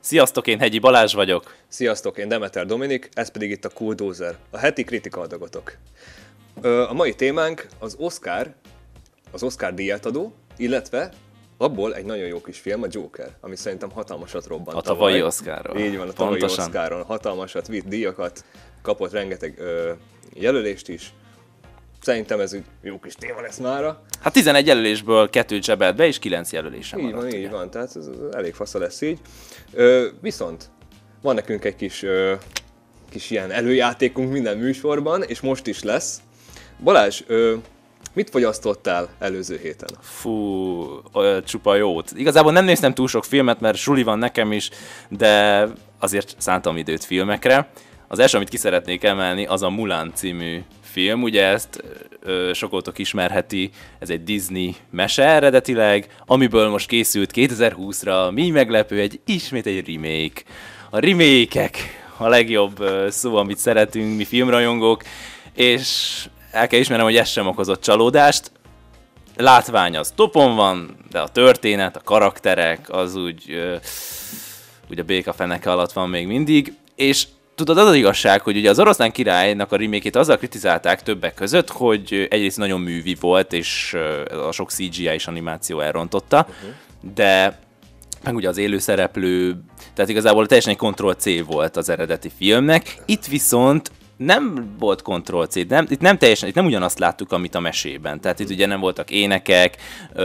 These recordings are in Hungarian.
Sziasztok, én Hegyi Balázs vagyok. Sziasztok, én Demeter Dominik, ez pedig itt a Kultdózer, a heti kritika adagotok. A mai témánk az Oscar díjátadó, illetve abból egy nagyon jó kis film, a Joker, ami szerintem hatalmasat robbant. A tavalyi Oscarról. Így van, a tavalyi Oscaron hatalmasat vitt díjakat, kapott rengeteg jelölést is. Szerintem ez egy jó kis téma lesz mára. Hát 11 jelölésből 2 zsebelt be, és 9 jelölésem maradt. Így van, tehát ez elég fasza lesz így. Viszont van nekünk egy kis ilyen előjátékunk minden műsorban, és most is lesz. Balázs, mit fogyasztottál előző héten? Fú, csupa jót. Igazából nem néztem túl sok filmet, mert suli van nekem is, de azért szántam időt filmekre. Az első, amit ki szeretnék emelni, az a Mulan című film, ugye ezt sokotok ismerheti, ez egy Disney mese eredetileg, amiből most készült 2020-ra, mi meglepő, ismét egy remake. A remake-ek a legjobb szó, amit szeretünk, mi filmrajongók, és el kell ismernem, hogy ez sem okozott csalódást. Látvány az topon van, de a történet, a karakterek, az úgy a békafeneke alatt van még mindig, és tudod, az igazság, hogy ugye az Oroszlán királynak a remake-ét azzal kritizálták többek között, hogy egyrészt nagyon művi volt, és a sok CGI és animáció elrontotta, de meg ugye az élőszereplő, tehát igazából teljesen egy Ctrl-C volt az eredeti filmnek. Itt viszont nem volt Ctrl-C, itt nem ugyanazt láttuk, amit a mesében. Tehát itt ugye nem voltak énekek,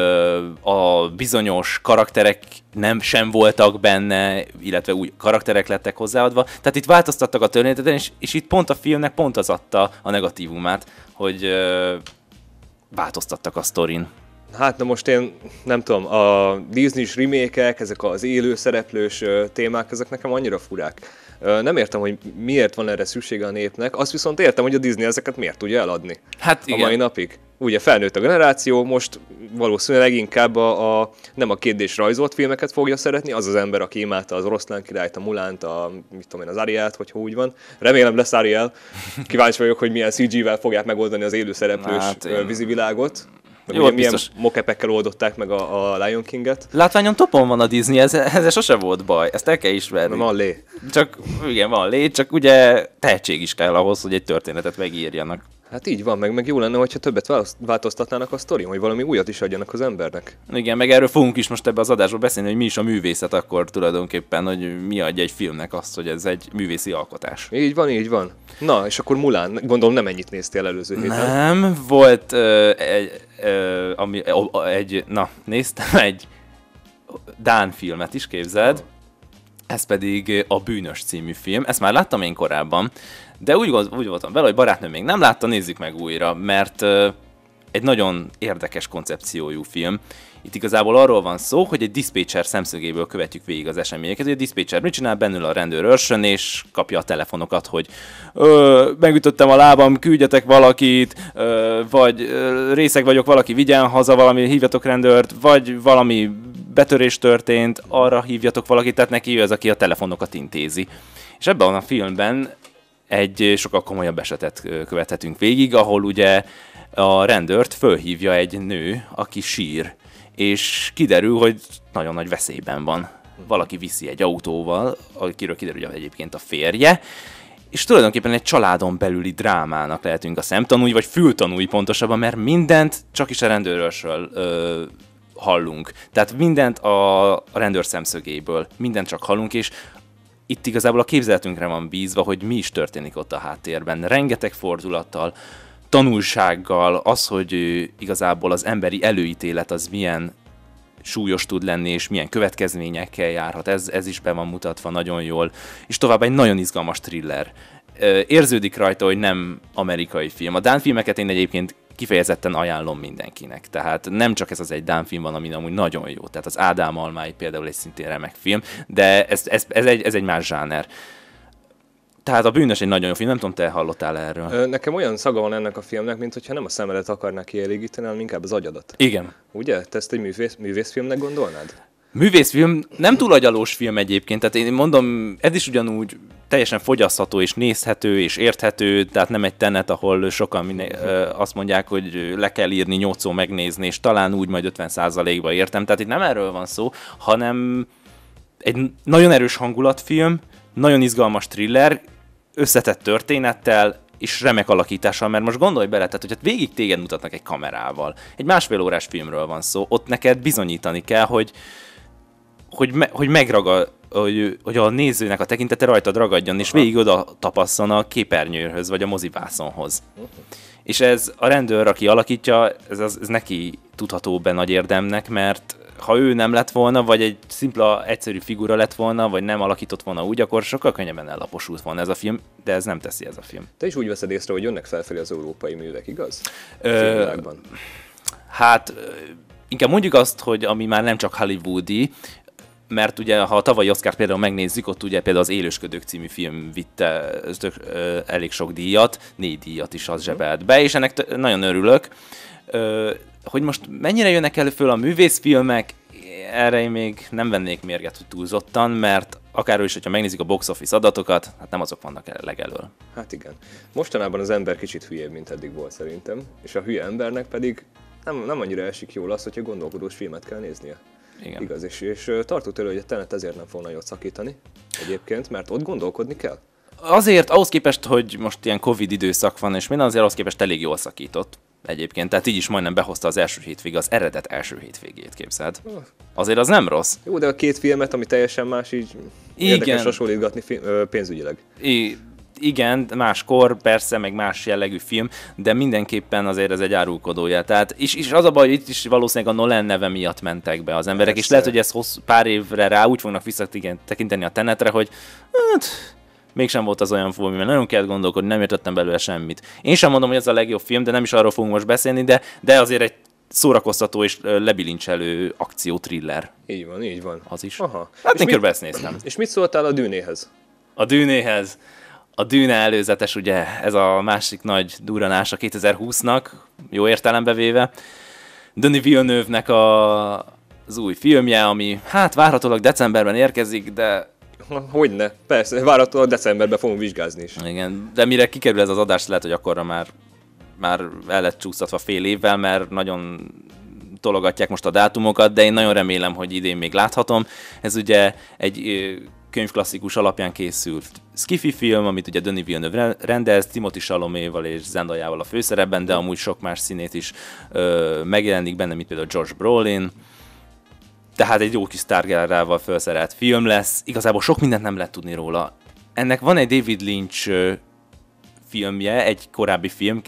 a bizonyos karakterek sem voltak benne, illetve új karakterek lettek hozzáadva. Tehát itt változtattak a történeteten, és itt pont a filmnek pont az adta a negatívumát, hogy változtattak a sztorin. Hát na most én nem tudom, a Disney-s remake-ek, ezek az élőszereplős témák, ezek nekem annyira furák. Nem értem, hogy miért van erre szüksége a népnek, azt viszont értem, hogy a Disney ezeket miért tudja eladni. Hát igen. A mai napig. Ugye felnőtt a generáció, most valószínűleg inkább nem a 2D-s rajzolt filmeket fogja szeretni, az az ember, aki imádta az Oroszlán királyt, a Mulánt, az Arielt, hogyha úgy van. Remélem lesz Ariel. Kíváncsi vagyok, hogy milyen CG-vel fogják megoldani az élőszereplős vízivilágot. Jó, milyen mocapekkel oldották meg a Lion King-et. Látványon topon van a Disney, ez sose volt baj, ezt el kell ismerni. Van lé. Csak, igen, van lé, csak ugye tehetség is kell ahhoz, hogy egy történetet megírjanak. Hát így van, meg jó lenne, hogyha többet változtatnának a sztorin, hogy valami újat is adjanak az embernek. Igen, meg erről fogunk is most ebbe az adásba beszélni, hogy mi is a művészet akkor tulajdonképpen, hogy mi adja egy filmnek azt, hogy ez egy művészi alkotás. Így van. Na, és akkor Mulan, gondolom nem ennyit néztél előző héten. Nem, volt néztem egy dán filmet is, képzeld. Ez pedig a Bűnös című film. Ezt már láttam én korábban, de úgy voltam vele, hogy barátnőm még nem látta, nézzük meg újra, mert egy nagyon érdekes koncepciójú film. Itt igazából arról van szó, hogy egy diszpécser szemszögéből követjük végig az eseményeket. A diszpécser mit csinál? Bennül a rendőr őrsön, és kapja a telefonokat, hogy megütöttem a lábam, küldjetek valakit, vagy részeg vagyok, valaki vigyen haza, valami, hívjatok rendőrt, vagy valami betörés történt, arra hívjatok valakit, tehát neki ő az, aki a telefonokat intézi. És ebben a filmben egy sokkal komolyabb esetet követhetünk végig, ahol ugye a rendőrt fölhívja egy nő, aki sír, és kiderül, hogy nagyon nagy veszélyben van. Valaki viszi egy autóval, akiről kiderül, hogy egyébként a férje, és tulajdonképpen egy családon belüli drámának lehetünk a szemtanúi, vagy fültanúi pontosabban, mert mindent csak is a rendőrösről hallunk. Tehát mindent a rendőr szemszögéből, mindent csak hallunk, és itt igazából a képzeletünkre van bízva, hogy mi is történik ott a háttérben. Rengeteg fordulattal, tanulsággal, az, hogy igazából az emberi előítélet az milyen súlyos tud lenni, és milyen következményekkel járhat. Ez is be van mutatva nagyon jól. És tovább egy nagyon izgalmas thriller. Érződik rajta, hogy nem amerikai film. A dán filmeket én egyébként kifejezetten ajánlom mindenkinek. Tehát nem csak ez az egy dán film van, ami amúgy nagyon jó. Tehát az Ádám almái például egy szintén remek film, de ez egy más zsáner. Tehát a Bűnös egy nagyon jó film, nem tudom, te hallottál erről. Nekem olyan szaga van ennek a filmnek, mintha nem a szemedet akarnák kielégíteni, hanem inkább az agyadat. Igen. Ugye? Te ezt egy művészfilmnek gondolnád? Művészfilm, nem túl agyalós film egyébként, tehát én mondom, ez is ugyanúgy teljesen fogyasztható és nézhető és érthető, tehát nem egy Tenet, ahol sokan azt mondják, hogy le kell írni 8-szor megnézni, és talán úgy majd 50%-ba értem, tehát itt nem erről van szó, hanem egy nagyon erős hangulatfilm, nagyon izgalmas thriller, összetett történettel, és remek alakítással, mert most gondolj bele, tehát hogy végig téged mutatnak egy kamerával. Egy 1,5 órás filmről van szó, ott neked bizonyítani kell, hogy megragad, hogy a nézőnek a tekintete rajtad ragadjon, és végig oda tapasszon a képernyőhöz, vagy a mozivászonhoz. És ez a rendőr, aki alakítja, ez neki tudható be nagy érdemnek, mert ha ő nem lett volna, vagy egy szimpla, egyszerű figura lett volna, vagy nem alakított volna úgy, akkor sokkal könnyebben ellaposult volna ez a film, de ez nem teszi ez a film. Te is úgy veszed észre, hogy jönnek felfelé az európai művek, igaz? Hát, inkább mondjuk azt, hogy ami már nem csak hollywoodi, mert ugye, ha a tavalyi Oscar például megnézzük, ott ugye például az Élősködők című film vitte elég sok díjat, 4 díjat is az zsebelt be, és ennek nagyon örülök. Hogy most mennyire jönnek elő föl a művészfilmek, erre én még nem vennék mérget, hogy túlzottan, mert akárhogy is, hogyha megnézzük a box office adatokat, hát nem azok vannak legelől. Hát igen. Mostanában az ember kicsit hülyébb, mint eddig volt szerintem, és a hülye embernek pedig nem annyira esik jól az, hogyha gondolkodós filmet kell néznie. Igen. Igaz, és tartok tőle, hogy a Tenet ezért nem fog nagyot szakítani egyébként, mert ott gondolkodni kell. Azért, ahhoz képest, hogy most ilyen Covid időszak van, és minden azért ahhoz képest elég jól szakított egyébként. Tehát így is majdnem behozta az első hétvégé, az eredet első hétvégét, képzeld. Azért az nem rossz. Jó, de a két filmet, ami teljesen más, így érdekes hasonlítgatni pénzügyileg. Igen, máskor, persze, meg más jellegű film, de mindenképpen azért ez egy árulkodója. Tehát, és az a baj, hogy itt is valószínűleg a Nolan neve miatt mentek be az emberek, persze. És lehet, hogy ez pár évre rá úgy fognak visszatekinteni a Tenetre, hogy hát, mégsem volt az olyan film, mert nagyon kellett gondolkodni, nem értettem belőle semmit. Én sem mondom, hogy ez a legjobb film, de nem is arról fogunk most beszélni, de azért egy szórakoztató és lebilincselő akció-thriller. Így van, így van. Az is. Aha. Hát én körbe ezt néztem. És mit szóltál a Dűnéhez? A Dűnéhez. A Dűne előzetes, ugye, ez a másik nagy durranása 2020-nak, jó értelembe véve. Denis Villeneuve-nek az új filmje, ami hát várhatólag decemberben érkezik, de... Hogyne, persze, várhatólag decemberben fogunk vizsgázni is. Igen, de mire kikerül ez az adás, lehet, hogy akkorra már el lett csúsztatva fél évvel, mert nagyon tologatják most a dátumokat, de én nagyon remélem, hogy idén még láthatom. Ez ugye egy könyvklasszikus alapján készült sci-fi film, amit ugye Denis Villeneuve rendez, Timothée Chalametval és Zendayával a főszerepben, de amúgy sok más színét is megjelenik benne, mint például Josh Brolin. Tehát egy jó kis sztárgálrával felszerelt film lesz. Igazából sok mindent nem lehet tudni róla. Ennek van egy David Lynch filmje, egy korábbi film,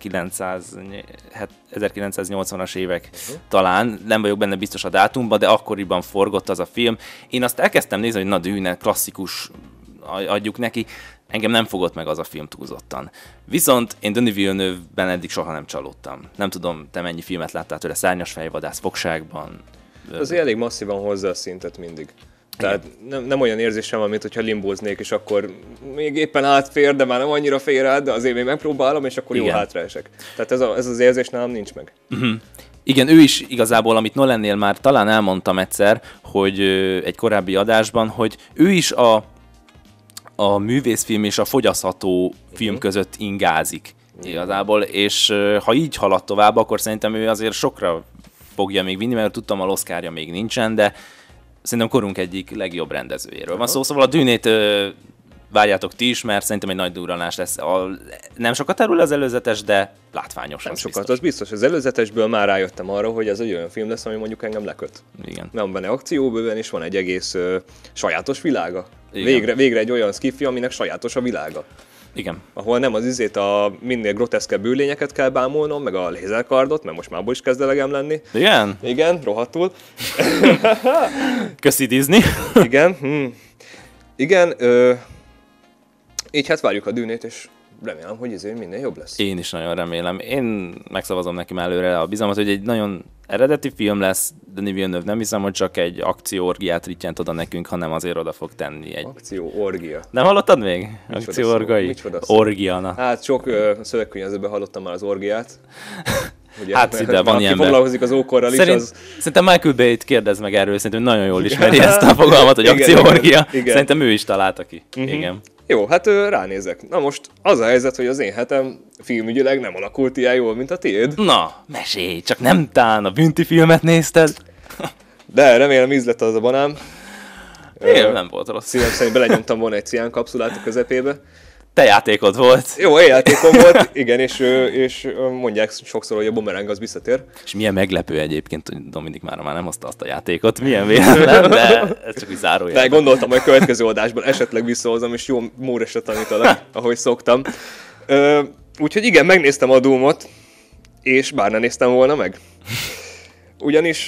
1980-as évek talán, nem vagyok benne biztos a dátumban, de akkoriban forgott az a film. Én azt elkezdtem nézni, hogy na Dűne, klasszikus, adjuk neki, engem nem fogott meg az a film túlzottan. Viszont én Denis Villeneuve-ben eddig soha nem csalódtam. Nem tudom, te mennyi filmet láttál tőle, Szárnyas fejvadász, Fogságban. Azért elég masszívan hozzá a szintet mindig. Tehát nem olyan érzésem van, mint hogyha limbóznék, és akkor még éppen átfér, de már nem annyira fér át, de azért még megpróbálom, és akkor jó hátraesek. Tehát ez az érzés nálam nincs meg. Igen, ő is igazából, amit Nolannél már talán elmondtam egyszer, hogy egy korábbi adásban, hogy ő is a művészfilm és a fogyasztható film között ingázik igazából, és ha így halad tovább, akkor szerintem ő azért sokra fogja még vinni, mert tudtam, a Oscarja még nincsen, de szerintem korunk egyik legjobb rendezőjéről van szó. Szóval a Dűnét várjátok ti is, mert szerintem egy nagy durranás lesz. Nem sokat erről az előzetes, de látványos. Nem sokat, biztos. Az biztos. Az előzetesből már rájöttem arra, hogy ez egy olyan film lesz, ami mondjuk engem leköt. Igen. Van benne akció bőven, és van egy egész sajátos világa. Végre egy olyan sci-fi, aminek sajátos a világa. Igen. Ahol nem az a minél groteszkebb űrlényeket kell bámulnom, meg a lézerkardot, mert most már abból is kezd elegem lenni. Igen? Igen, rohadtul. Köszi Disney. Igen. Igen, így hát várjuk a Dűnét, és remélem, hogy ezért minél jobb lesz. Én is nagyon remélem. Én megszavazom neki már előre a bizalmat, hogy egy nagyon eredeti film lesz. Denis Villeneuve nem hiszem, hogy csak egy akcióorgiát rittyent oda nekünk, hanem azért oda fog tenni egy... Akcióorgia. Nem hallottad még? Akcióorgai? Orgia. Hát sok szövegkönyvezetben hallottam már az orgiát. Ugye, hát ide van ilyen foglalkozik az ókorral is, az... Szerintem Michael Bay-t kérdezz meg erről, szerintem nagyon jól ismeri ezt a fogalmat, hogy akcióorgia. Szerintem ő is találta ki. Igen. Jó, hát ránézek. Na most az a helyzet, hogy az én hetem filmügyileg nem alakult ilyen jól, mint a tiéd. Na, mesélj, csak nem tán a bünti filmet nézted? De remélem íz lett az a banám. Igen, nem volt rossz. Szívem szerint belenyomtam volna egy cián kapszulát a közepébe. Te játékod volt. Jó, én játékom volt, igen, és mondják sokszor, hogy a bumerang az visszatér. És milyen meglepő egyébként, hogy Dominik már nem hozta azt a játékot, milyen véletlen, de ez csak úgy zárójel. De gondoltam, hogy a következő adásban esetleg visszahozom, és jó móresre tanítalak, ahogy szoktam. Úgyhogy igen, megnéztem a Doomot, és bár ne néztem volna meg. Ugyanis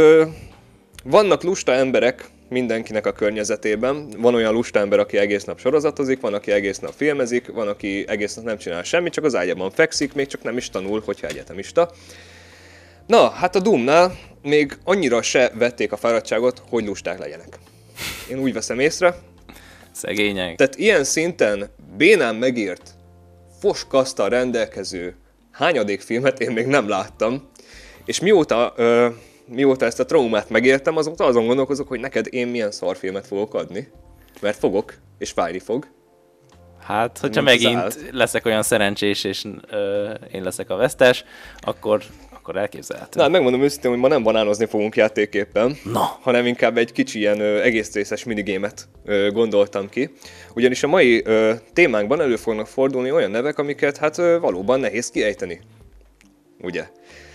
vannak lusta emberek mindenkinek a környezetében. Van olyan lusta ember, aki egész nap sorozatozik, van, aki egész nap filmezik, van, aki egész nap nem csinál semmit, csak az ágyában fekszik, még csak nem is tanul, hogyha egyetemista. Na, hát a Doomnál még annyira se vették a fáradtságot, hogy lusták legyenek. Én úgy veszem észre. Szegények. Tehát ilyen szinten bénán megírt, foskasztal rendelkező hányadék filmet én még nem láttam. És mióta ezt a traumát megértem, azóta azon gondolkozok, hogy neked én milyen szarfilmet fogok adni. Mert fogok, és fájni fog. Hát, hogyha megint leszek olyan szerencsés, és én leszek a vesztes, akkor elképzelhető. Na, megmondom őszintén, hogy ma nem banánozni fogunk játéképpen, Na. hanem inkább egy kicsi ilyen egész részes minigémet gondoltam ki. Ugyanis a mai témánkban elő fognak fordulni olyan nevek, amiket hát valóban nehéz kiejteni. Ugye?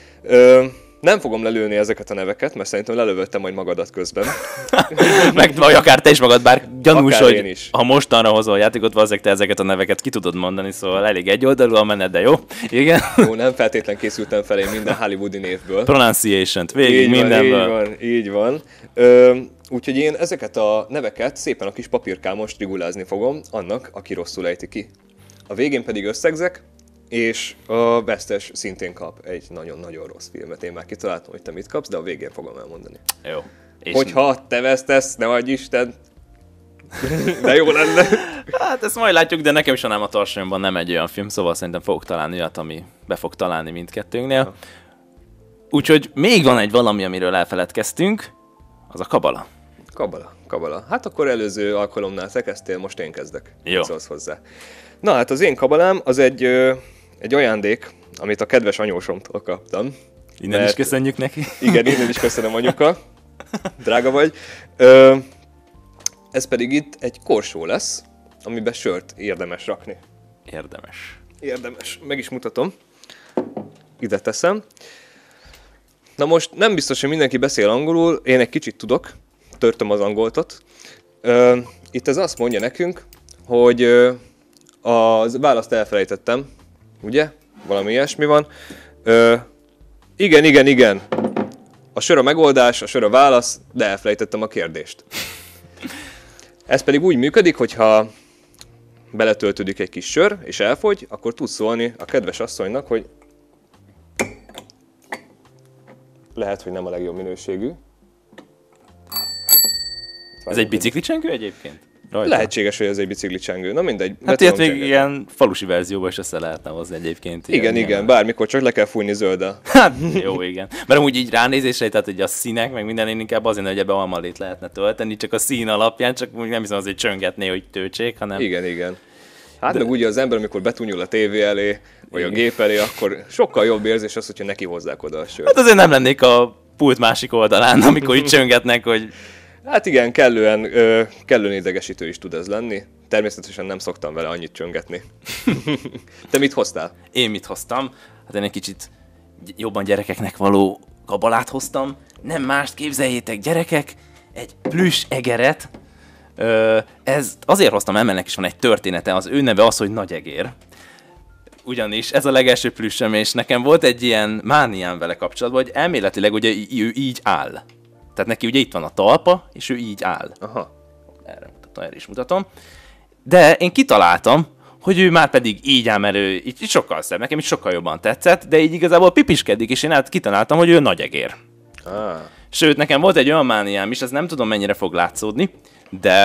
Nem fogom lelőni ezeket a neveket, mert szerintem lelövöttem majd magadat közben. Vagy akár te is magad, bár gyanús, akár hogy ha mostanra hozol a játékot, valószínűleg te ezeket a neveket ki tudod mondani, szóval elég egyoldalúan mened, de jó? Igen. Jó, nem feltétlen készültem felé minden hollywoodi névből. Pronunciation-t végig mindenből. Így van. Úgyhogy én ezeket a neveket szépen a kis papírkámon strigulázni fogom annak, aki rosszul ejti ki. A végén pedig összegzek, és a vesztes szintén kap egy nagyon-nagyon rossz filmet. Én már kitaláltam, hogy te mit kapsz, de a végén fogom elmondani. Jó. És hogyha te vesztesz, ne adj Isten, de jó lenne. Hát ezt majd látjuk, de nekem is a Nem a tartsonyomban nem egy olyan film, szóval szerintem fogok találni olyat, ami be fog találni mindkettőnknél. Úgyhogy még van egy valami, amiről elfeledkeztünk, az a kabala. Kabala. Hát akkor előző alkalomnál te kezdtél, most én kezdek. Jó. Szólsz hozzá. Na hát az én kabalám az egy ajándék, amit a kedves anyósomtól kaptam. Innen is köszönjük neki. Igen, innen is köszönöm, anyuka. Drága vagy. Ez pedig itt egy korsó lesz, amiben sört érdemes rakni. Érdemes. Meg is mutatom. Ide teszem. Na most nem biztos, hogy mindenki beszél angolul, én egy kicsit tudok, törtöm az angoltot. Itt ez azt mondja nekünk, hogy a választ elfelejtettem, ugye? Valami ilyesmi van. Igen. A sör a megoldás, a sör a válasz, de elfelejtettem a kérdést. Ez pedig úgy működik, hogyha beletöltődik egy kis sör, és elfogy, akkor tudsz szólni a kedves asszonynak, hogy lehet, hogy nem a legjobb minőségű. Ez egy biciklicsengő egyébként? Rajta. Lehetséges, hogy ez egy biciklicsengő. Na mindegy. Hát ilyet még ilyen falusi verzióban is össze lehetne hozni egyébként. Igen, bármikor, csak le kell fújni zölddel. Hát jó, igen. Mert amúgy így ránézésre, tehát hogy a színek, meg minden, én inkább azért, hogy ebbe almalét lehetne tölteni, csak a szín alapján, csak úgy nem hiszem azért csöngetné, hogy töltsék, hanem... Igen. Hát meg ugye az ember, amikor betúnyul a tévé elé, vagy a gép elé, akkor sokkal jobb érzés az, hogyha neki hozzák oda a sört. Hát azért nem lennék a pult másik oldalán, amikor itt csöngetnek, hogy... Hát igen, kellően idegesítő is tud ez lenni. Természetesen nem szoktam vele annyit csöngetni. Te mit hoztál? Én mit hoztam? Hát én egy kicsit jobban gyerekeknek való kabalát hoztam. Nem mást, képzeljétek, gyerekek, egy plüss egeret. Ez azért hoztam, mert ennek is van egy története, az ő neve az, hogy Nagy Egér. Ugyanis ez a legelső plüssem, és nekem volt egy ilyen mániám vele kapcsolatban, hogy elméletileg ugye ő így áll. Tehát neki ugye itt van a talpa, és ő így áll. Aha. Erre is mutatom. De én kitaláltam, hogy ő már pedig így áll, mert ő így sokkal szebb, nekem is sokkal jobban tetszett, de így igazából pipiskedik, és én kitaláltam, hogy ő Nagy Egér. Sőt, nekem volt egy olyan mániám is, ez nem tudom mennyire fog látszódni, de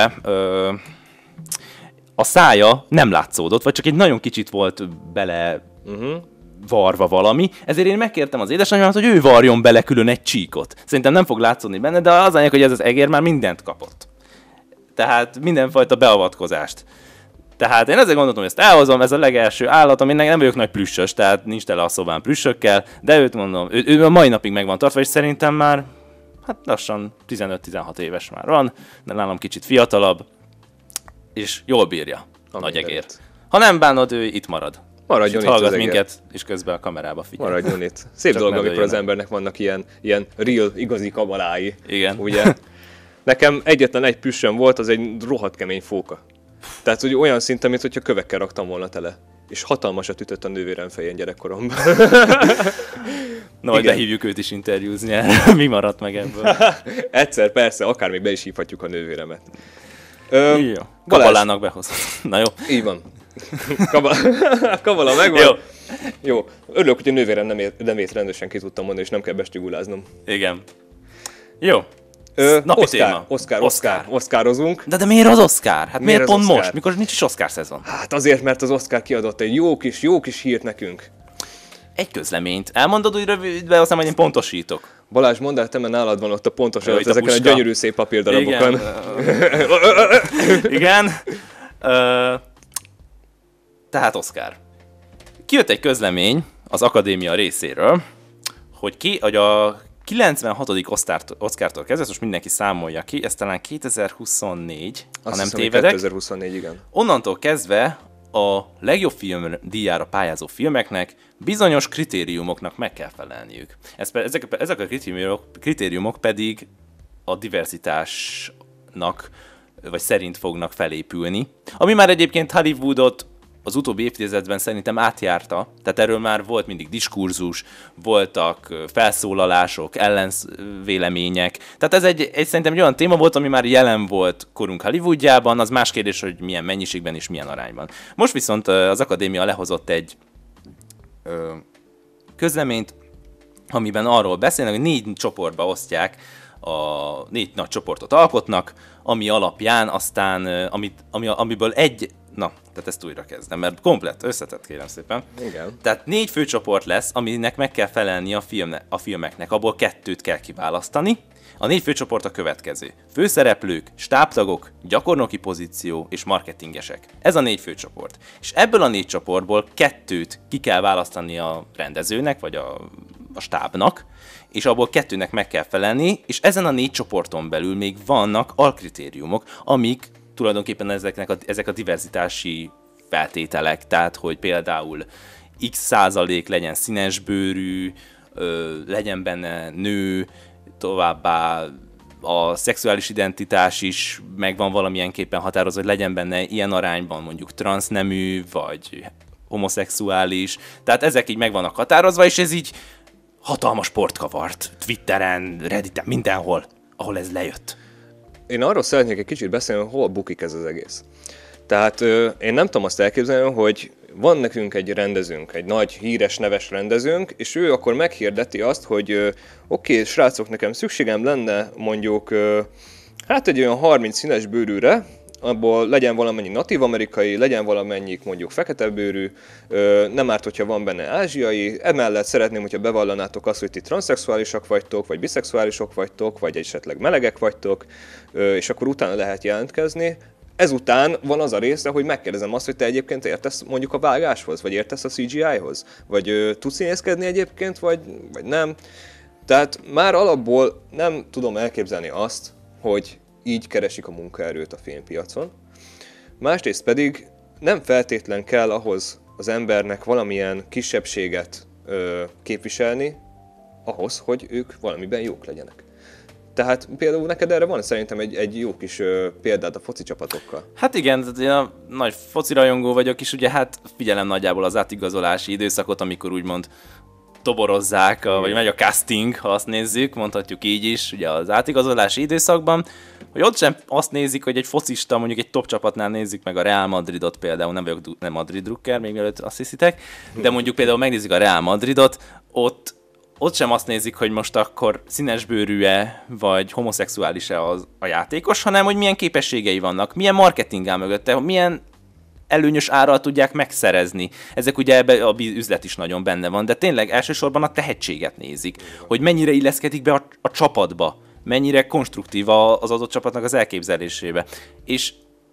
a szája nem látszódott, vagy csak egy nagyon kicsit volt bele varva valami, ezért én megkértem az édesanyámat, hogy ő varjon bele külön egy csíkot. Szerintem nem fog látszódni benne, de az anyag, hogy ez az egér már mindent kapott. Tehát mindenfajta beavatkozást. Tehát én ezért gondoltam, hogy ezt elhozom, ez a legelső állat, aminek nem vagyok nagy plüssös, tehát nincs tele a szobán plüssökkel, de őt mondom, ő a mai napig meg van tartva, és szerintem már hát lassan 15-16 éves már van, de nálam kicsit fiatalabb, és jól bírja. Nagy egér. Ha nem bánod, ő itt marad. Maradjon itt hallgat az minket, és közben a kamerába figyel. Maradjon itt. Szép Csak dolog, amikor az dőljenek. embernek vannak ilyen real, igazi kamarái. Igen. Ugye? Nekem egyetlen egy püssöm volt, az egy rohadt kemény fóka. Tehát hogy olyan szinten, mint hogyha kövekkel raktam volna tele. És hatalmasat ütött a nővérem fején gyerekkoromban. Na, majd Igen. behívjuk őt is interjúzni erre. Mi maradt meg ebből? Egyszer persze, akár még be is hívhatjuk a nővéremet. Jó. Balázs. Kabalának behozott. Na jó. Így van. Kabala megvan. Jó. Jó. Örülök, hogy a nővérem nevét rendesen ki tudtam mondani, és nem kell bestiguláznom. Igen. Jó. Napi téma. Oscarozunk. De miért az Oscar? Hát miért az pont Oscar? most, mikor nincs is Oscar szezon? Hát azért, mert az Oscar kiadott egy jó kis hírt nekünk. Egy közleményt. Elmondod úgy rövidbe, aztán majd én pontosítok. Balázs, mondd el te, mert nálad van ott a pontos Jó, adat itt a ezeken a puska. gyönyörű szép papírdarabokon. Igen. Tehát Oscar. Kijött egy közlemény az akadémia részéről, hogy a 96. Oscartól kezdve, most mindenki számolja ki, ez talán 2024, ha Azt nem hiszem, tévedek. 2024, igen. Onnantól kezdve a legjobb film díjára pályázó filmeknek bizonyos kritériumoknak meg kell felelniük. Ezek a kritériumok pedig a diverzitásnak vagy szerint fognak felépülni, ami már egyébként Hollywoodot az utóbbi évtizedben szerintem átjárta, tehát erről már volt mindig diskurzus, voltak felszólalások, ellenvélemények, tehát ez szerintem egy olyan téma volt, ami már jelen volt korunk Hollywoodjában, az más kérdés, hogy milyen mennyiségben és milyen arányban. Most viszont az akadémia lehozott egy közleményt, amiben arról beszélnek, hogy 4 csoportba osztják, 4 nagy csoportot alkotnak, ami alapján aztán, amiből egy, tehát ezt újra kezdem, mert komplett összetett, kérem szépen. Igen. Tehát 4 főcsoport lesz, aminek meg kell felelni a filmeknek, abból 2-t kell kiválasztani. A 4 főcsoport a következő: főszereplők, stábtagok, gyakornoki pozíció és marketingesek. Ez a 4 főcsoport. És ebből a 4 csoportból 2-t ki kell választani a rendezőnek, vagy a stábnak, és abból 2-nek meg kell felelni, és ezen a 4 csoporton belül még vannak alkritériumok, amik tulajdonképpen ezek a diverzitási feltételek, tehát hogy például x% legyen színesbőrű, legyen benne nő, továbbá a szexuális identitás is megvan valamilyenképpen határozva, hogy legyen benne ilyen arányban mondjuk transznemű, vagy homoszexuális, tehát ezek így meg vannak határozva, és ez így hatalmas port kavart Twitteren, Redditen, mindenhol, ahol ez lejött. Én arról szeretnék egy kicsit beszélni, hogy hol bukik ez az egész. Tehát én nem tudom azt elképzelni, hogy van nekünk egy rendezőnk, egy nagy, híres, neves rendezőnk, és ő akkor meghirdeti azt, hogy oké, srácok, nekem szükségem lenne mondjuk hát egy olyan 30 színes bőrűre, abból legyen valamennyi natív amerikai, legyen valamennyi mondjuk fekete bőrű, nem árt, hogyha van benne ázsiai, emellett szeretném, hogyha bevallanátok azt, hogy ti transzexuálisak vagytok, vagy biszexuálisok vagytok, vagy esetleg melegek vagytok, és akkor utána lehet jelentkezni. Ezután van az a része, hogy megkérdezem azt, hogy te egyébként értesz mondjuk a vágáshoz, vagy értesz a CGI-hoz, vagy tudsz színészkedni egyébként, vagy nem. Tehát már alapból nem tudom elképzelni azt, hogy így keresik a munkaerőt a filmpiacon. Másrészt pedig nem feltétlen kell ahhoz az embernek valamilyen kisebbséget képviselni, ahhoz, hogy ők valamiben jók legyenek. Tehát például neked erre van szerintem egy jó kis példád a foci csapatokkal. Hát igen, tehát én a nagy foci rajongó vagyok, és ugye hát figyelem nagyjából az átigazolási időszakot, amikor úgymond toborozzák, vagy megy a casting, ha azt nézzük, mondhatjuk így is, ugye az átigazolási időszakban, hogy ott sem azt nézik, hogy egy focista, mondjuk egy top csapatnál nézzük meg a Real Madridot például, nem vagyok nem Madrid drukker, még mielőtt azt hiszitek, de mondjuk például megnézik a Real Madridot, ott sem azt nézik, hogy most akkor színesbőrű-e, vagy homoszexuális-e a játékos, hanem hogy milyen képességei vannak, milyen marketing áll mögötte, milyen előnyös árral tudják megszerezni. Ezek ugye ebbe a üzlet is nagyon benne van, de tényleg elsősorban a tehetséget nézik, hogy mennyire illeszkedik be a csapatba, mennyire konstruktív az adott csapatnak az elképzelésébe. És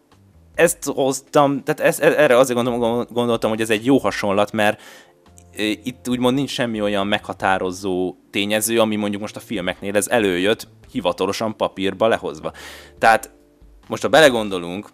ezt hoztam, tehát erre azért gondoltam, hogy ez egy jó hasonlat, mert itt úgymond nincs semmi olyan meghatározó tényező, ami mondjuk most a filmeknél ez előjött, hivatalosan papírba lehozva. Tehát most ha belegondolunk,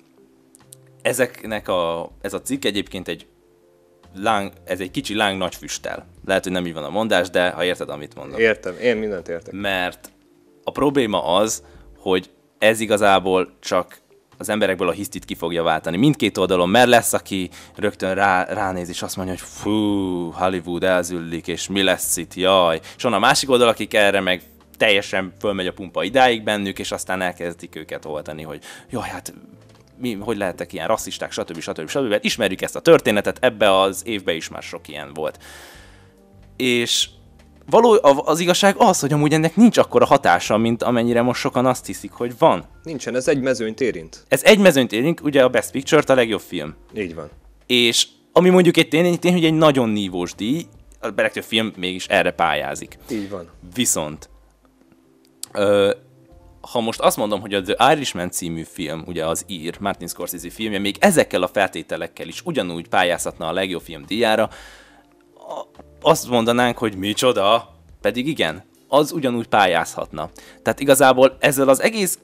ez a cikk egyébként ez egy kicsi láng nagy füsttel. Lehet, hogy nem így van a mondás, de ha érted, amit mondom. Értem, én mindent értek. Mert a probléma az, hogy ez igazából csak az emberekből a hisztit ki fogja váltani. Mindkét oldalon, mert lesz, aki rögtön ránéz, és azt mondja, hogy fú, Hollywood elzüllik, és mi lesz itt, jaj. És van a másik oldal, akik erre meg teljesen fölmegy a pumpa idáig bennük, és aztán elkezdik őket oltani, hogy jaj, hát hogy lehettek ilyen rasszisták, stb. Hát ismerjük ezt a történetet, ebbe az évben is már sok ilyen volt. És az igazság az, hogy amúgy ennek nincs akkora hatása, mint amennyire most sokan azt hiszik, hogy van. Nincsen, ez egy mezőnyt érint. Ez egy mezőnyt érint, ugye a Best Picture-t, a legjobb film. Így van. És ami mondjuk egy tény, hogy egy nagyon nívós díj, a legtöbb film mégis erre pályázik. Így van. Viszont, ha most azt mondom, hogy a The Irishman című film, ugye az ír, Martin Scorsese filmje, még ezekkel a feltételekkel is ugyanúgy pályázhatna a legjobb film díjára, azt mondanánk, hogy micsoda, pedig igen, az ugyanúgy pályázhatna. Tehát igazából ezzel az egész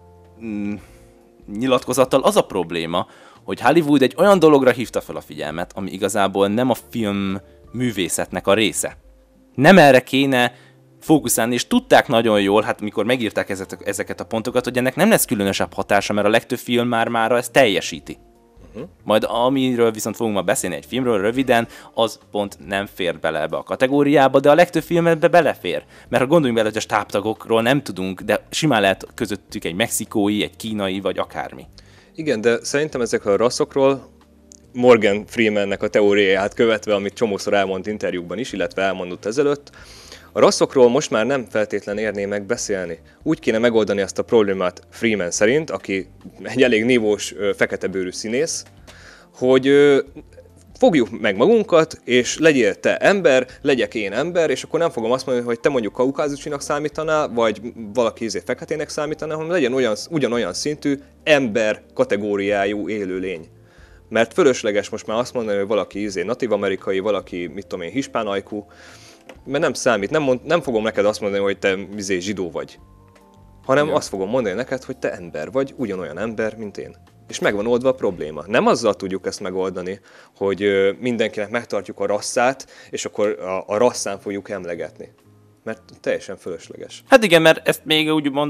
nyilatkozattal az a probléma, hogy Hollywood egy olyan dologra hívta fel a figyelmet, ami igazából nem a film művészetnek a része. Nem erre kéne fókuszálni, és tudták nagyon jól, hát mikor megírták ezeket a pontokat, hogy ennek nem lesz különösebb hatása, mert a legtöbb film már ezt teljesíti. Majd amiről viszont fogunk ma beszélni egy filmről röviden, az pont nem fér bele ebbe a kategóriába, de a legtöbb film ebbe belefér. Mert ha gondoljunk bele, hogy a stábtagokról nem tudunk, de simán lehet közöttük egy mexikói, egy kínai, vagy akármi. Igen, de szerintem ezekről a rasszokról Morgan Freemannek a teóriáját követve, amit csomószor elmond interjúkban is, illetve elmondott ezelőtt, a rasszokról most már nem feltétlen érné meg beszélni. Úgy kéne megoldani ezt a problémát Freeman szerint, aki egy elég nívós feketebőrű színész, hogy fogjuk meg magunkat, és legyél te ember, legyek én ember, és akkor nem fogom azt mondani, hogy te mondjuk kaukázusinak számítanál, vagy valaki feketének számítanál, hanem legyen ugyanolyan szintű ember kategóriájú élőlény. Mert fölösleges most már azt mondani, hogy valaki natív amerikai, valaki, mit tudom én, hispán ajkú, mert nem számít, nem fogom neked azt mondani, hogy te zsidó vagy, hanem azt fogom mondani neked, hogy te ember vagy, ugyanolyan ember, mint én. És meg van oldva a probléma. Nem azzal tudjuk ezt megoldani, hogy mindenkinek megtartjuk a rasszát, és akkor a rasszán fogjuk emlegetni. Mert teljesen fölösleges. Hát igen, mert ezt még úgymond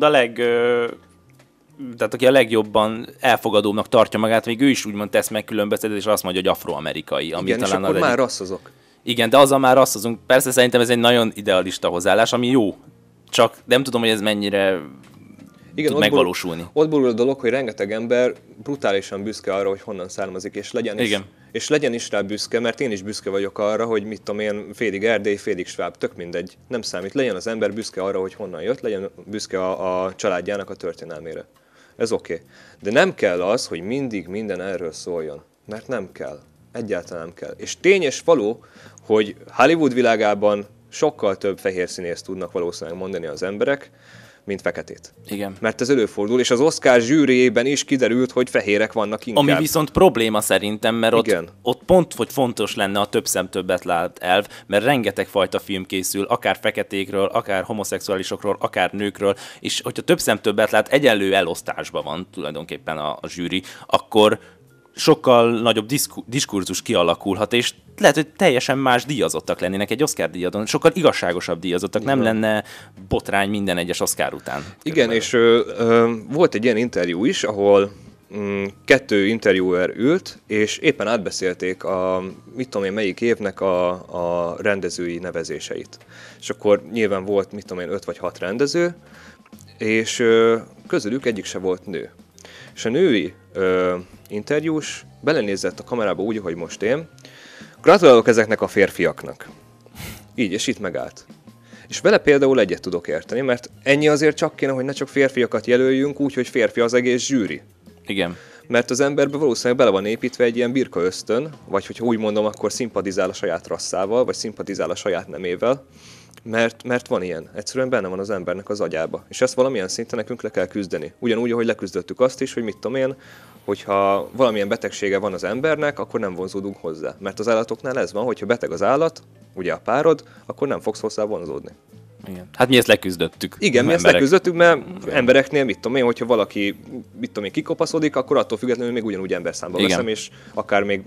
tehát aki a legjobban elfogadóbbnak tartja magát, még ő is úgymond tesz megkülönböztetés, és azt mondja, hogy afroamerikai. Ami igen, talán és akkor már rasszozok. Igen, de azzal már rasszozunk. Persze szerintem ez egy nagyon idealista hozzáállás, ami jó. Csak nem tudom, hogy ez mennyire tud megvalósulni. Ott borul a dolog, hogy rengeteg ember brutálisan büszke arra, hogy honnan származik, és legyen is rá büszke, mert én is büszke vagyok arra, hogy mit tudom én, félig erdély, félig sváb, tök mindegy, nem számít. Legyen az ember büszke arra, hogy honnan jött, legyen büszke a családjának a történelmére. Ez oké. De nem kell az, hogy mindig minden erről szóljon. Mert nem kell. Egyáltalán nem kell. És tény és való, hogy Hollywood világában sokkal több fehér színészt tudnak valószínűleg mondani az emberek, mint feketét. Igen. Mert ez előfordul, és az Oscar zsűriében is kiderült, hogy fehérek vannak inkább. Ami viszont probléma szerintem, mert ott pont, hogy fontos lenne a több szem többet lát elv, mert rengeteg fajta film készül, akár feketékről, akár homoszexuálisokról, akár nőkről, és hogyha több szem többet lát, egyenlő elosztásban van tulajdonképpen a zsűri, akkor sokkal nagyobb diskurzus kialakulhat, és lehet, hogy teljesen más díjazottak lennének egy Oscar díjadon, sokkal igazságosabb díjazottak, nem lenne botrány minden egyes Oscar után. Igen, és volt egy ilyen interjú is, ahol 2 interjúer ült, és éppen átbeszélték mit tudom én melyik évnek a rendezői nevezéseit. És akkor nyilván volt, mit tudom én, 5 vagy 6 rendező, és közülük egyik se volt nő. És a női interjús belenézett a kamerába úgy, ahogy most én. Gratulálok ezeknek a férfiaknak. Így, és itt megállt. És vele például egyet tudok érteni, mert ennyi azért csak kéne, hogy ne csak férfiakat jelöljünk, úgy, hogy férfi az egész zsűri. Igen. Mert az emberbe valószínűleg bele van építve egy ilyen birka ösztön, vagy hogyha úgy mondom, akkor szimpatizál a saját rasszával, vagy szimpatizál a saját nemével, mert van ilyen. Egyszerűen benne van az embernek az agyába. És ezt valamilyen szinten nekünk le kell küzdeni. Ugyanúgy, ahogy leküzdöttük azt is, hogy mit tudom én, hogyha valamilyen betegsége van az embernek, akkor nem vonzódunk hozzá. Mert az állatoknál ez van, hogyha beteg az állat, ugye a párod, akkor nem fogsz hozzá vonzódni. Igen. Hát mi ezt leküzdöttük. Igen, mi ezt leküzdöttük, mert embereknél, mit tudom én, hogyha valaki, mit tudom én, kikopaszkodik, akkor attól függetlenül még ugyanúgy emberszámba veszem, és akár még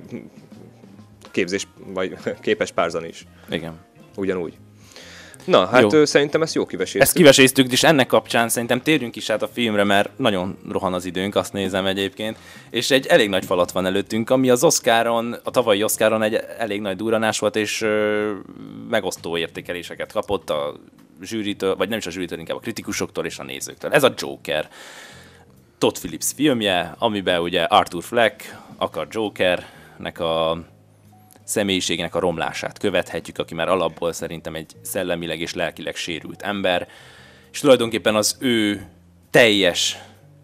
képzés, vagy képes párzani is. Igen. Ugyanúgy. Na, hát szerintem ezt jó kiveséztük. Ezt kiveséztük, és ennek kapcsán szerintem térjünk is át a filmre, mert nagyon rohan az időnk, azt nézem egyébként, és egy elég nagy falat van előttünk, ami az Oscaron, a tavalyi Oscaron egy elég nagy durranás volt, és megosztó értékeléseket kapott a zsűritől, vagy nem is a zsűritől, inkább a kritikusoktól és a nézőktől. Ez a Joker. Todd Phillips filmje, amiben ugye Arthur Fleck akar Jokernek a személyiségének a romlását követhetjük, aki már alapból szerintem egy szellemileg és lelkileg sérült ember, és tulajdonképpen az ő teljes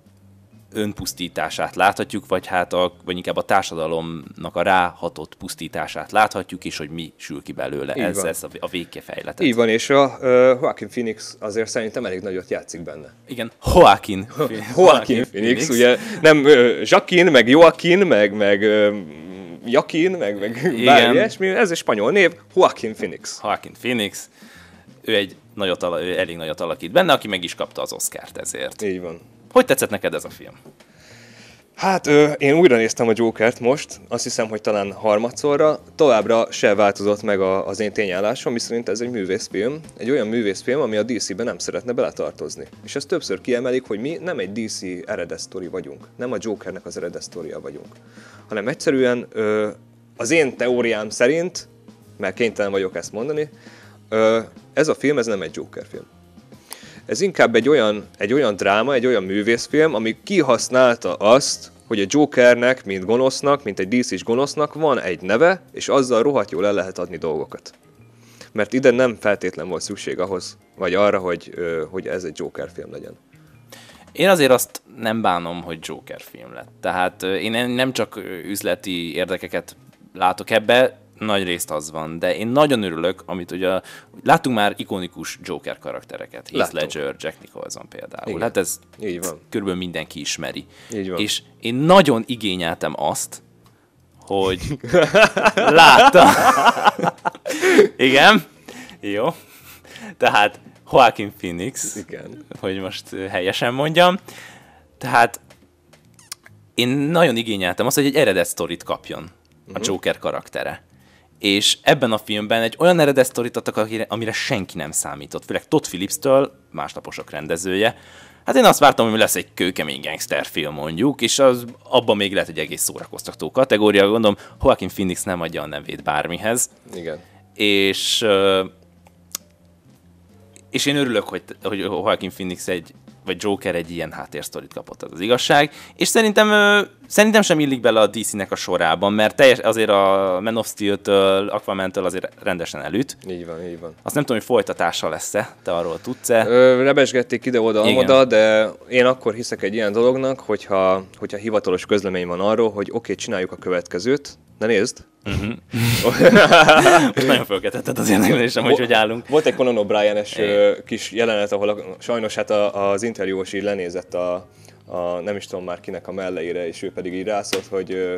önpusztítását láthatjuk, vagy vagy inkább a társadalomnak a ráhatott pusztítását láthatjuk, és hogy mi sül ki belőle. Ez a végkifejletet. Így van, és a Joaquin Phoenix azért szerintem elég nagyot játszik benne. Igen, Joaquin Phoenix, ugye nem Joaquin, meg Joaquin, meg Jakin, meg bármi ilyesmi, ez egy spanyol név, Joaquin Phoenix. Joaquin Phoenix, ő egy elég nagyot alakít benne, aki meg is kapta az Oscart ezért. Így van. Hogy tetszett neked ez a film? Hát én újra néztem a Jokert most, azt hiszem, hogy talán harmadszorra, továbbra se változott meg az én tényállásom, viszont ez egy művészfilm, egy olyan művészfilm, ami a DC-be nem szeretne beletartozni. És ezt többször kiemelik, hogy mi nem egy DC eredetsztori vagyunk, nem a Jokernek az eredetsztoria vagyunk, hanem egyszerűen az én teóriám szerint, mert kénytelen vagyok ezt mondani, ez a film, ez nem egy Joker film. Ez inkább egy olyan dráma, egy olyan művészfilm, ami kihasználta azt, hogy a Jokernek, mint gonosznak, mint egy DC-s gonosznak van egy neve, és azzal rohadt jól el lehet adni dolgokat. Mert ide nem feltétlen volt szükség ahhoz, vagy arra, hogy ez egy Joker film legyen. Én azért azt nem bánom, hogy Joker film lett. Tehát én nem csak üzleti érdekeket látok ebbe, nagy részt az van, de én nagyon örülök, amit ugye láttunk már ikonikus Joker karaktereket. Heath Ledger, Jack Nicholson például. Igen. Hát ez körülbelül mindenki ismeri. És én nagyon igényeltem azt, hogy láttam. Igen. Jó. Tehát Joaquin Phoenix, igen. Hogy most helyesen mondjam. Tehát én nagyon igényeltem azt, hogy egy eredet sztorit kapjon a Joker karaktere. És ebben a filmben egy olyan eredet sztorit adtak, amire senki nem számított, főleg Todd Phillips-től, Másnaposok rendezője. Hát én azt vártam, hogy lesz egy kőkemény gangsterfilm mondjuk, és abban még lehet egy egész szórakoztató kategória, gondolom, Joaquin Phoenix nem adja a nevét bármihez. Igen. És én örülök, hogy Joaquin Phoenix vagy Joker egy ilyen háttérsztorit kapott, az igazság. És szerintem sem illik bele a DC-nek a sorában, mert azért a Man of Steel-től, Aquaman-től azért rendesen elüt. Így van. Azt nem tudom, hogy folytatása lesz-e, te arról tudsz-e? Rebesgették ide-oda, de én akkor hiszek egy ilyen dolognak, hogyha hivatalos közlemény van arról, hogy oké, csináljuk a következőt, ne nézd. Most nagyon fölkeltetted az érdeklődésem, hogy állunk. Volt egy Conan O'Brien-es kis jelenet, ahol sajnos hát az interjúos így lenézett a nem is tudom már kinek a melleire, és ő pedig így rászólt, hogy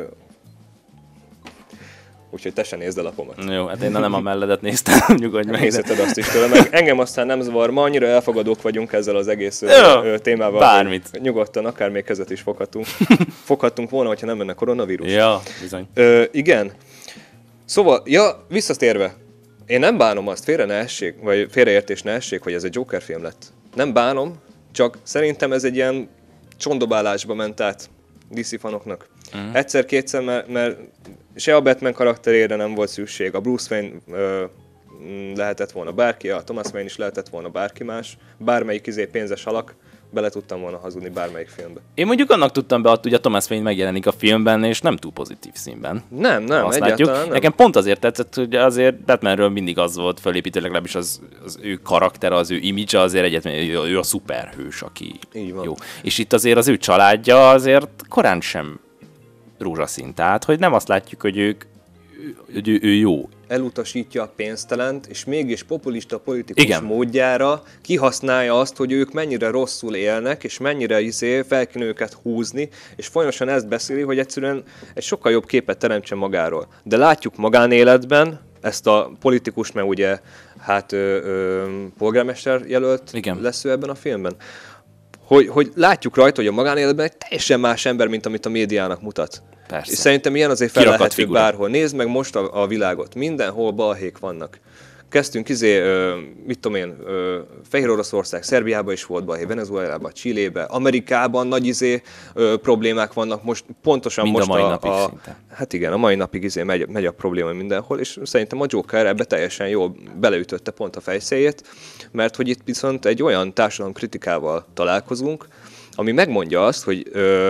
úgyhogy te se nézd el a pomat. Jó, hát én nem a melledet néztem, nyugodj meg. Nézheted azt is tőle, meg engem aztán nem zavar, ma annyira elfogadók vagyunk ezzel az egész témával. Bármit. Nyugodtan, akár még kezet is foghattunk volna, hogyha nem lenne koronavírus. Ja, bizony. Igen. Szóval, visszatérve, én nem bánom azt, félreértés ne essék, hogy ez egy Joker film lett. Nem bánom, csak szerintem ez egy ilyen csondobálásba ment át DC fanoknak. Egyszer-kétszer, mert se a Batman karakterére nem volt szükség, a Bruce Wayne lehetett volna bárki, a Thomas Wayne is lehetett volna bárki más, bármelyik pénzes alak, bele tudtam volna hazudni bármelyik filmbe. Én mondjuk annak tudtam be, hogy a Thomas Wayne megjelenik a filmben, és nem túl pozitív színben. Nem, egyáltalán nem. Nekem pont azért tetszett, hogy azért Batmanről mindig az volt fölépítő, legalábbis az ő karakter, az ő image azért egyetlen, ő a szuperhős, aki jó. És itt azért az ő családja azért korán sem rózsaszín. Tehát, hogy nem azt látjuk, hogy ő jó. Elutasítja a pénztelent, és mégis populista politikus módjára kihasználja azt, hogy ők mennyire rosszul élnek, és mennyire fel kéne őket húzni, és folyamatosan ezt beszéli, hogy egyszerűen egy sokkal jobb képet teremtsen magáról. De látjuk magánéletben, ezt a politikus, mert ugye hát polgármester jelölt Igen. lesz ő ebben a filmben. Hogy látjuk rajta, hogy a magánéletben egy teljesen más ember, mint amit a médiának mutat. Persze. És szerintem ilyen azért Kirakat felelhető figura. bárhol. Nézd meg most a világot. Mindenhol balhék vannak. Kezdtünk mit tudom én, Fehér Oroszország, Szerbiában is volt balhé, Venezuelában, Chilébe, Amerikában nagy problémák vannak. Most pontosan Mind most a mai napig szinte. Hát igen, a mai napig megy a probléma mindenhol, és szerintem a Joker ebbe teljesen jól beleütötte pont a fejszéjét, mert hogy itt viszont egy olyan társadalomkritikával találkozunk, ami megmondja azt, hogy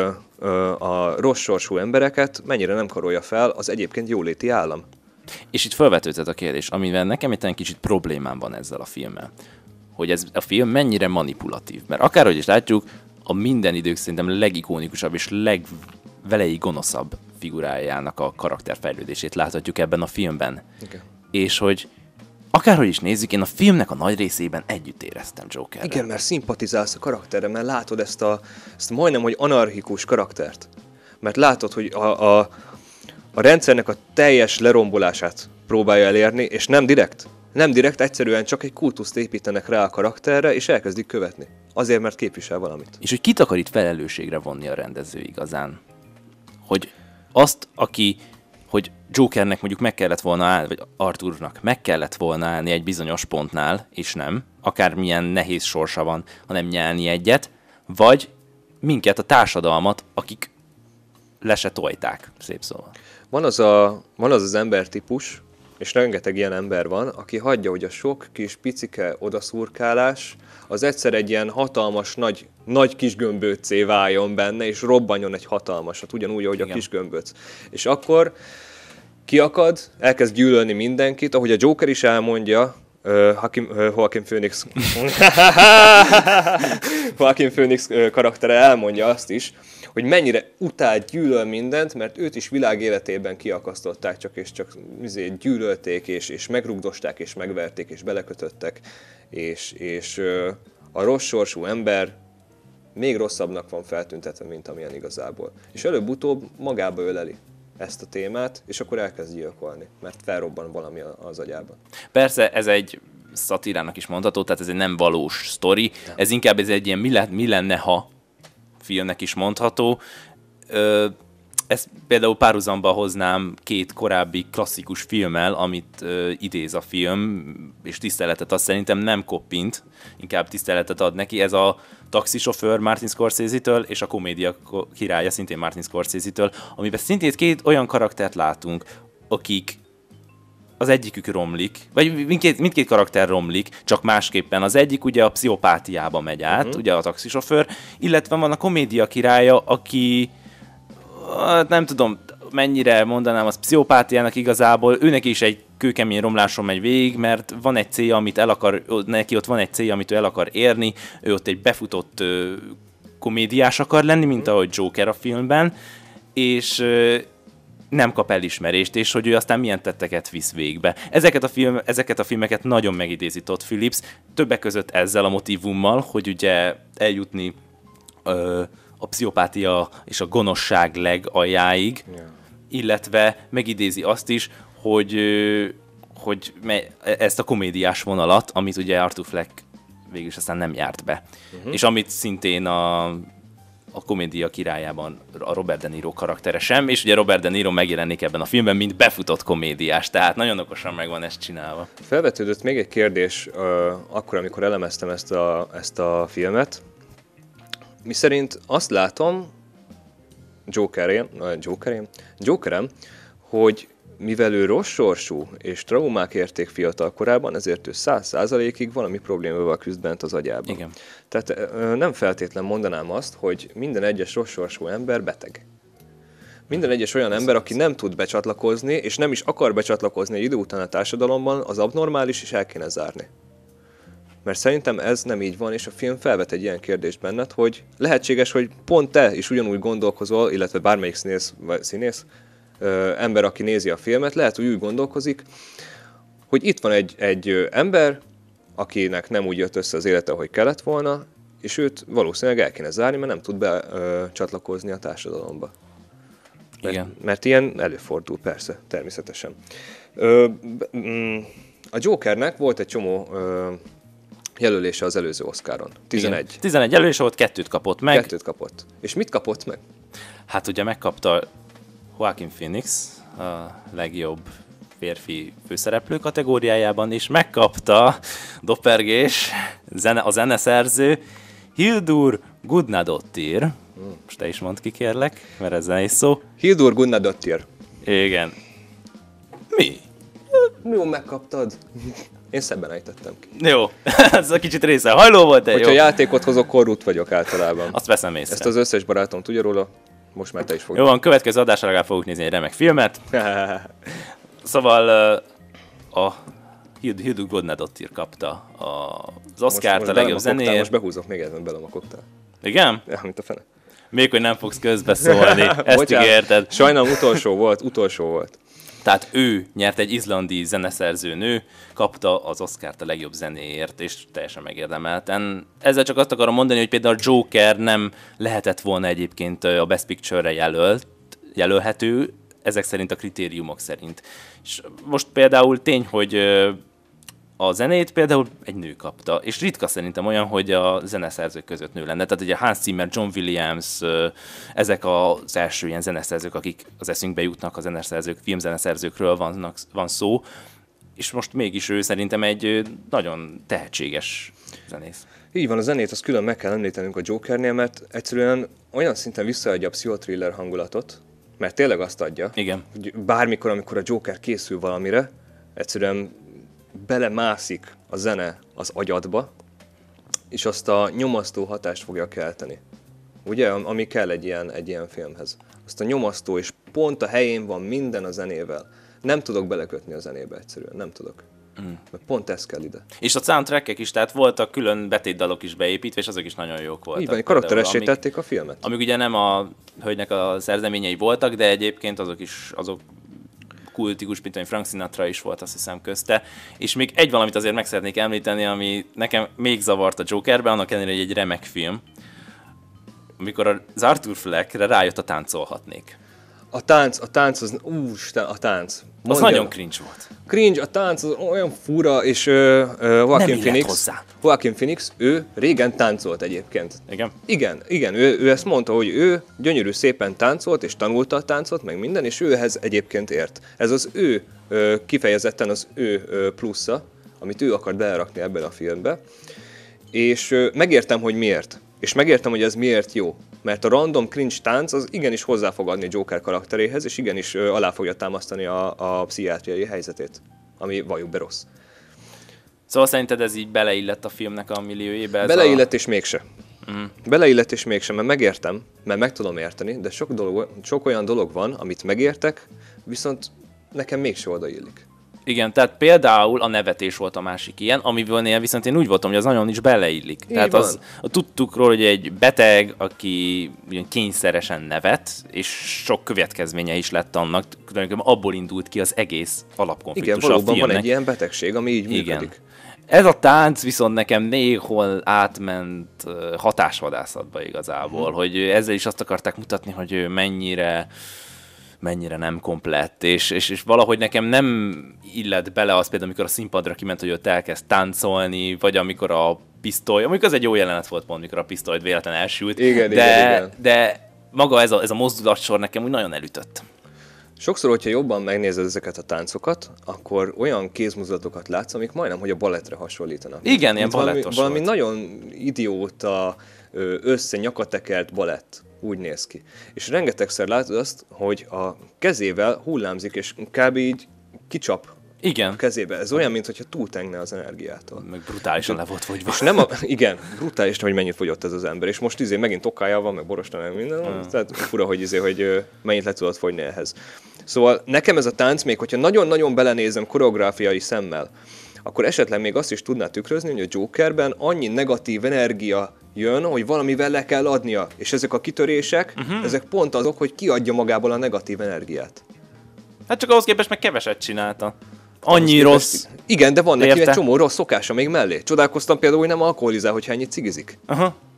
a rossz sorsú embereket mennyire nem karolja fel az egyébként jóléti állam. És itt felvetődött a kérdés, amivel nekem egy kicsit problémám van ezzel a filmmel. Hogy ez a film mennyire manipulatív. Mert akárhogy is látjuk, a minden idők szerintem legikonikusabb és legveleig gonoszabb figurájának a karakterfejlődését láthatjuk ebben a filmben. Okay. És hogy akárhogy is nézzük, én a filmnek a nagy részében együtt éreztem Jokerrel. Igen, mert szimpatizálsz a karakterre, mert látod ezt majdnem, hogy anarchikus karaktert. Mert látod, hogy a rendszernek a teljes lerombolását próbálja elérni, és nem direkt. Nem direkt, egyszerűen csak egy kultuszt építenek rá a karakterre, és elkezdik követni. Azért, mert képvisel valamit. És hogy kit akar itt felelősségre vonni a rendező igazán? Hogy azt, hogy Jokernek mondjuk meg kellett volna állni, vagy Arthurnak meg kellett volna állni egy bizonyos pontnál, és nem, akármilyen nehéz sorsa van, hanem nyelni egyet, vagy minket, a társadalmat, akik le se tojták, szép szóval. Van az embertípus, és rengeteg ilyen ember van, aki hagyja, hogy a sok kis picike odaszurkálás az egyszer egy ilyen hatalmas, nagy kis gömböccé váljon benne, és robbanjon egy hatalmasat, ugyanúgy, ahogy igen. A kis gömböc. És akkor kiakad, elkezd gyűlölni mindenkit, ahogy a Joker is elmondja, Joaquin Phoenix Joaquin Phoenix karaktere elmondja azt is, hogy mennyire utál, gyűlöl mindent, mert őt is világéletében kiakasztották, csak gyűlölték, és megrugdosták, és megverték, és belekötöttek, és a rossz sorsú ember még rosszabbnak van feltüntetve, mint amilyen igazából. És előbb-utóbb magába öleli ezt a témát, és akkor elkezd gyilkolni, mert felrobban valami az agyában. Persze, ez egy szatírának is mondható, tehát ez egy nem valós sztori, ez inkább egy ilyen mi lenne, ha filmnek is mondható. Ezt például párhuzamba hoznám két korábbi klasszikus filmmel, amit idéz a film, és tiszteletet ad, szerintem nem koppint, inkább tiszteletet ad neki. Ez a Taxisofőr Martin Scorsese-től, és a Komédia királya szintén Martin Scorsese-től, amiben szintén két olyan karaktert látunk, akik az egyikük romlik, vagy mindkét karakter romlik, csak másképpen. Az egyik ugye a pszichopátiába megy át, ugye a taxisofőr, illetve van a Komédia királya, aki nem tudom mennyire mondanám, az pszichopátiának igazából, őnek is egy kőkemény romláson megy végig, mert van egy célja, neki ott van egy célja, amit ő el akar érni, ő ott egy befutott komédiás akar lenni, mint ahogy Joker a filmben, és nem kap elismerést, és hogy ő aztán milyen tetteket visz végbe. Ezeket a filmeket nagyon megidézi Todd Phillips, többek között ezzel a motívummal, hogy ugye eljutni a pszichopátia és a gonoszság legaljáig, illetve megidézi azt is, hogy ezt a komédiás vonalat, amit ugye Arthur Fleck végülis aztán nem járt be. És amit szintén a Komédia királyában a Robert De Niro karaktere sem, és ugye Robert De Niro megjelenik ebben a filmben, mint befutott komédiás, tehát nagyon okosan meg van ezt csinálva. Felvetődött még egy kérdés akkor, amikor elemeztem ezt a filmet, miszerint azt látom Jokerem, hogy mivel ő rossz sorsú és traumák érték fiatal korában, ezért ő 100%-ig valami problémával küzd bent az agyában. Igen. Tehát nem feltétlen mondanám azt, hogy minden egyes rossz sorsú ember beteg. Minden egyes olyan ember, aki nem tud becsatlakozni, és nem is akar becsatlakozni egy idő után a társadalomban, az abnormális, és el kéne zárni. Mert szerintem ez nem így van, és a film felvet egy ilyen kérdést benned, hogy lehetséges, hogy pont te is ugyanúgy gondolkozol, illetve bármelyik színész, ember, aki nézi a filmet, lehet, hogy úgy gondolkozik, hogy itt van egy ember, akinek nem úgy jött össze az élete, ahogy kellett volna, és őt valószínűleg el kéne zárni, mert nem tud becsatlakozni a társadalomba. Mert ilyen előfordul, persze, természetesen. A Jokernek volt egy csomó jelölése az előző Oscaron. 11. Igen. 11 jelölés volt, 2 kapott meg. 2 kapott. És mit kapott meg? Hát ugye megkapta Joaquin Phoenix a legjobb férfi főszereplő kategóriájában, és megkapta doppergés, a zeneszerző Hildur Guðnadóttir. Most te is mondd ki, kérlek, mert ez zenés szó. Hildur Guðnadóttir. Igen. Mi? Jó, megkaptad. Én szebben ejtettem ki. Jó, ez a kicsit részehajló volt, de hogyha jó. játékot hozok, korrupt vagyok általában. Azt veszem észre. Ezt az összes barátom tudja róla, most már te is fogod. Jó van, következő adásra legalább fogjuk nézni egy remek filmet. Szóval a Hildur Guðnadóttir kapta az Oscart a legjobb zenéért. Most behúzok még egyet, belem a koktál. Igen? Ja, mint a fene. Még hogy nem fogsz közbeszólni, ezt ígérted. Sajnálom, utolsó volt. Tehát ő nyert, egy izlandi zeneszerző nő, kapta az Oscart a legjobb zenéért, és teljesen megérdemelten. Ezzel csak azt akarom mondani, hogy például a Joker nem lehetett volna egyébként a Best Picture-re jelölhető, ezek szerint a kritériumok szerint. És most például tény, hogy a zenét például egy nő kapta, és ritka szerintem olyan, hogy a zeneszerzők között nő lenne. Tehát ugye Hans Zimmer, John Williams, ezek az első ilyen zeneszerzők, akik az eszünkbe jutnak, a zeneszerzők, filmzeneszerzőkről van szó, és most mégis ő szerintem egy nagyon tehetséges zenész. Így van, a zenét azt külön meg kell említenünk a Jokernél, mert egyszerűen olyan szinten visszaadja a pszichotriller hangulatot, mert tényleg azt adja, igen, hogy bármikor, amikor a Joker készül valamire, egyszerűen belemászik a zene az agyadba, és azt a nyomasztó hatást fogja kelteni. Ugye, ami kell egy ilyen filmhez. Azt a nyomasztó, és pont a helyén van minden a zenével. Nem tudok belekötni a zenébe egyszerűen, nem tudok. Mert pont ez kell ide. És a soundtrackek is, tehát voltak külön betétdalok is beépítve, és azok is nagyon jók voltak. Így van, karakteressé tették a filmet. Amik ugye nem a hölgynek a szerzeményei voltak, de egyébként azok kultikus, mint hogy Frank Sinatra is volt, azt hiszem, közte. És még egy valamit azért meg szeretnék említeni, ami nekem még zavart a Jokerben, annak ellenére, hogy egy remek film, amikor az Arthur Fleckre rájött a táncolhatnék. A tánc az, a tánc. Az nagyon cringe volt. Cringe, a tánc az olyan fura, és Joaquin Phoenix, ő régen táncolt egyébként. Igen? Igen, ő ezt mondta, hogy ő gyönyörű szépen táncolt, és tanulta a táncot, meg minden, és ő ehhez egyébként ért. Ez az ő, kifejezetten az ő plusza, amit ő akart belerakni ebben a filmbe. És megértem, hogy miért. És megértem, hogy ez miért jó. Mert a random cringe tánc az igenis hozzá fog adni Joker karakteréhez, és igenis alá fogja támasztani a pszichiátriai helyzetét, ami valljuk be rossz. Szóval szerinted ez így beleillett a filmnek a milliójébe? Beleillett és mégse. Beleillett és mégsem, mert megértem, mert meg tudom érteni, de sok olyan dolog van, amit megértek, viszont nekem mégse odaillik. Igen, tehát például a nevetés volt a másik ilyen, amiből viszont én úgy voltam, hogy az nagyon is beleillik. Tehát tudtuk róla, hogy egy beteg, aki ugyan kényszeresen nevet, és sok következménye is lett annak, abból indult ki az egész alapkonfliktus a filmnek. Igen, valóban van egy ilyen betegség, ami így működik. Ez a tánc viszont nekem néhol átment hatásvadászatba igazából, hogy ezzel is azt akarták mutatni, hogy mennyire nem komplett, és valahogy nekem nem illett bele az például, amikor a színpadra kiment, hogy ott elkezd táncolni, vagy amikor a pisztoly, amikor az egy jó jelenet volt pont, amikor a pisztolyt véletlen elsült, igen. De maga ez a mozdulatsor nekem úgy nagyon elütött. Sokszor, hogyha jobban megnézed ezeket a táncokat, akkor olyan kézmozdulatokat látsz, amik majdnem, hogy a balettre hasonlítanak. Igen, ilyen balettos valami nagyon idióta, nyakatekert balett. Úgy néz ki. És rengetegszer látod azt, hogy a kezével hullámzik, és kb. Így kicsap a kezébe. Ez olyan, mintha túltengne az energiától. Meg brutálisan le volt fogyva. És igen, brutális, hogy mennyit fogyott ez az ember. És most megint tokája van, meg borostan, meg minden. Tehát fura, hogy mennyit le tudott fogyni ehhez. Szóval nekem ez a tánc, még hogyha nagyon-nagyon belenézem koreográfiai szemmel, akkor esetleg még azt is tudná tükrözni, hogy a Jokerben annyi negatív energia jön, hogy valamivel le kell adnia. És ezek a kitörések, ezek pont azok, hogy kiadja magából a negatív energiát. Hát csak ahhoz képest meg keveset csinálta. Annyi rossz. Igen, de van neki egy csomó rossz szokása még mellé. Csodálkoztam például, hogy nem alkoholizál, hogyha ennyit cigizik.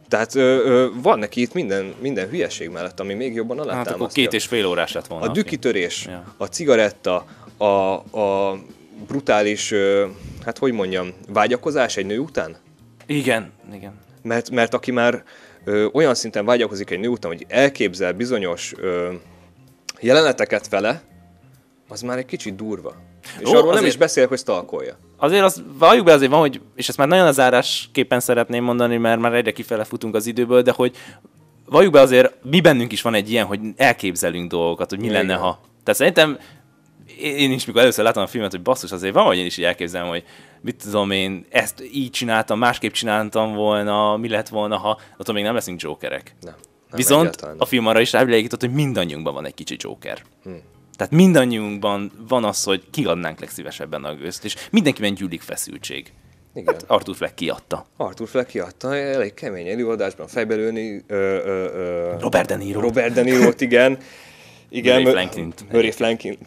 Tehát van neki itt minden hülyeség mellett, ami még jobban alátámasztja. Hát akkor 2,5 órás lett volna. A dükitörés, a cigaretta, a brutális, hát hogy mondjam, vágyakozás egy nő után? Igen. Mert aki már olyan szinten vágyakozik egy nő után, hogy elképzel bizonyos jeleneteket vele, az már egy kicsit durva. És arról nem is beszélek, hogy stalkolja. Azért azt valljuk be, azért van, hogy, és ezt már nagyon az árásképpen szeretném mondani, mert már egyre kifele futunk az időből, de hogy valljuk be azért, mi bennünk is van egy ilyen, hogy elképzelünk dolgokat, hogy mi lenne, ha. Tehát szerintem én is, mikor először láttam a filmet, hogy basszus, azért van, hogy én is így elképzelem, hogy mit tudom én, ezt így csináltam, másképp csináltam volna, mi lett volna, ha attól még nem leszünk jokerek. Nem Viszont a film arra is rávilágított, hogy mindannyiunkban van egy kicsi joker. Tehát mindannyiunkban van az, hogy kiadnánk legszívesebben a gőzt, és mindenkiben gyűlik feszültség. Igen. Hát Arthur Fleck kiadta. Arthur Fleck kiadta, elég kemény előadásban, fejbelőni. Robert De Niro. Robert De Niro-t, igen. Murray Franklin-t. Murray Franklin.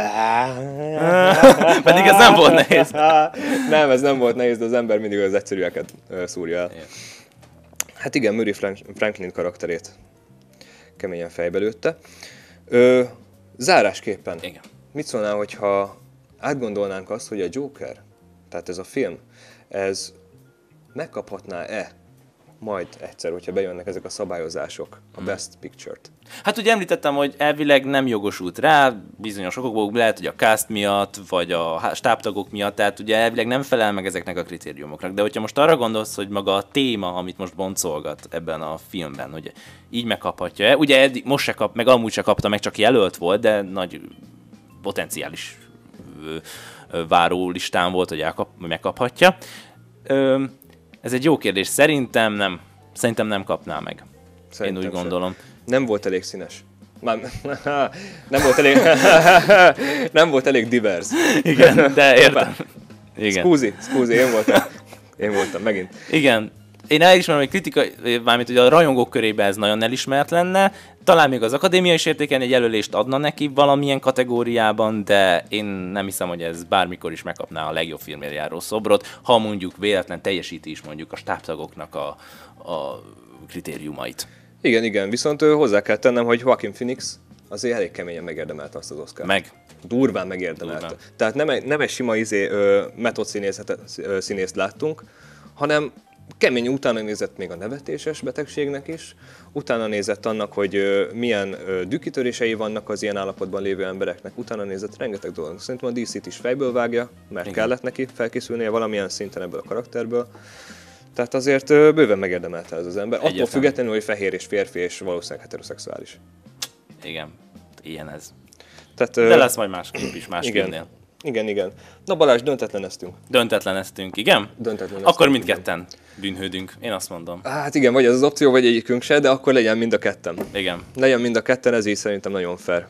Pedig ez nem volt nehéz. Nem, ez nem volt nehéz, de az ember mindig az egyszerűeket szúrja el. Igen. Hát igen, Murray Franklin karakterét keményen fejbelőtte. Zárásképpen. Igen. Mit szólnál, hogyha átgondolnánk azt, hogy a Joker, tehát ez a film, ez megkaphatná-e majd egyszer, hogyha bejönnek ezek a szabályozások, a Best Picture-t? Hát ugye említettem, hogy elvileg nem jogosult rá, bizonyos okokból, lehet, hogy a cast miatt, vagy a stábtagok miatt, tehát ugye elvileg nem felel meg ezeknek a kritériumoknak. De hogyha most arra gondolsz, hogy maga a téma, amit most boncolgat ebben a filmben, hogy így megkaphatja-e, ugye eddig most se kap, meg amúgy se kapta, meg csak jelölt volt, de nagy potenciális várólistán volt, hogy megkaphatja. Ez egy jó kérdés. Szerintem nem kapná meg. Szerintem én úgy gondolom. Nem volt elég színes. Nem volt elég divers. Igen, de értem. Igen. Scusi, én voltam megint. Igen. Én elismerem, hogy kritika, mármint hogy a rajongók körében ez nagyon elismert lenne, talán még az akadémia is értékelni, egy jelölést adna neki valamilyen kategóriában, de én nem hiszem, hogy ez bármikor is megkapná a legjobb filmért járó szobrot, ha mondjuk véletlen teljesíti is mondjuk a stábtagoknak a kritériumait. Igen, viszont hozzá kell tennem, hogy Joaquin Phoenix azért elég keményen megérdemelte azt az Oscart. Durván megérdemelte. Tehát nem egy sima metód színészt láttunk, hanem kemény utána nézett még a nevetéses betegségnek is, utána nézett annak, hogy milyen dükkitörései vannak az ilyen állapotban lévő embereknek, utána nézett rengeteg dolgot. Szerintem a DC-t is fejből vágja, mert kellett neki felkészülnie valamilyen szinten ebből a karakterből. Tehát azért bőven megérdemelte ez az ember, attól függetlenül, hogy fehér és férfi és valószínűleg heteroszexuális. Igen, ilyen ez. Tehát, de lesz majd másképp is, más filmnél. Igen. Na Balázs, döntetleneztünk, igen? Akkor mindketten bűnhődünk, én azt mondom. Hát igen, vagy az opció, vagy egyikünk se, de akkor legyen mind a ketten. Igen. Legyen mind a ketten, ez így szerintem nagyon fair.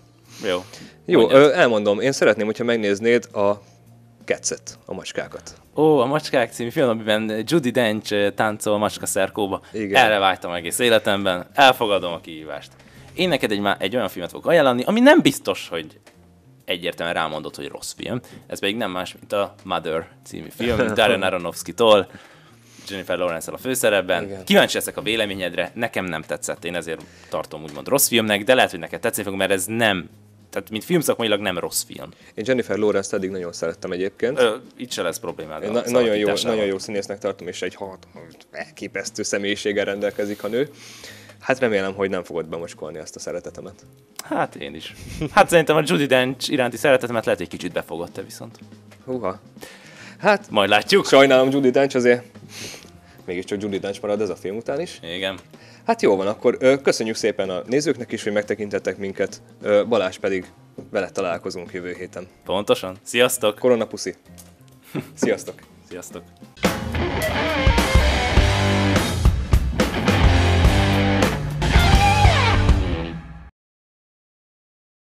Jó, elmondom, én szeretném, hogyha megnéznéd a Cats-et, a macskákat. A Macskák című film, amiben Judi Dench táncol a macska szerkóba. Igen. Erre vágytam egész életemben, elfogadom a kihívást. Én neked egy olyan filmet fogok ajánlani, ami nem biztos, hogy egyértelműen rámondott, hogy rossz film. Ez pedig nem más, mint a Mother című film, Darren Aronofsky-tól, Jennifer Lawrence-el a főszerepben. Igen. Kíváncsi leszek a véleményedre, nekem nem tetszett, én ezért tartom úgymond rossz filmnek, de lehet, hogy neked tetszeni fog, mert ez nem, tehát mint filmszakmailag nem rossz film. Én Jennifer Lawrence-t eddig nagyon szerettem egyébként. Itt se lesz problémád. Nagyon jó színésznek tartom, és egy elképesztő személyiséggel rendelkezik a nő. Hát remélem, hogy nem fogod bemocskolni ezt a szeretetemet. Hát én is. Hát szerintem a Judi Dench iránti szeretetemet lehet egy kicsit befogott te viszont. Húha. Hát majd látjuk. Sajnálom Judi Dench, azért mégiscsak Judi Dench marad ez a film után is. Igen. Hát jó van, akkor köszönjük szépen a nézőknek is, hogy megtekintettek minket. Balázs pedig veled találkozunk jövő héten. Pontosan. Sziasztok! Koronapuszi. Sziasztok! Sziasztok!